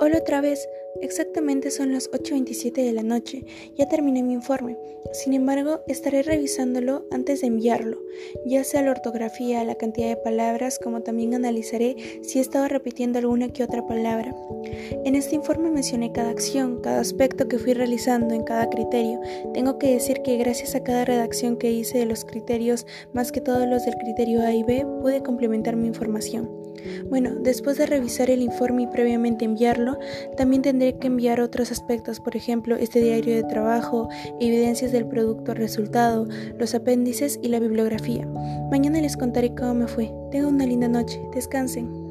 Hola otra vez, exactamente son las 8:27 de la noche, ya terminé mi informe, sin embargo estaré revisándolo antes de enviarlo, ya sea la ortografía, la cantidad de palabras, como también analizaré si he estado repitiendo alguna que otra palabra. En este informe mencioné cada acción, cada aspecto que fui realizando en cada criterio. Tengo que decir que gracias a cada redacción que hice de los criterios, más que todos los del criterio A y B, pude complementar mi información. Bueno, después de revisar el informe y previamente enviarlo, también tendré que enviar otros aspectos, por ejemplo, este diario de trabajo, evidencias del producto resultado, los apéndices y la bibliografía. Mañana les contaré cómo me fue. Tengan una linda noche. Descansen.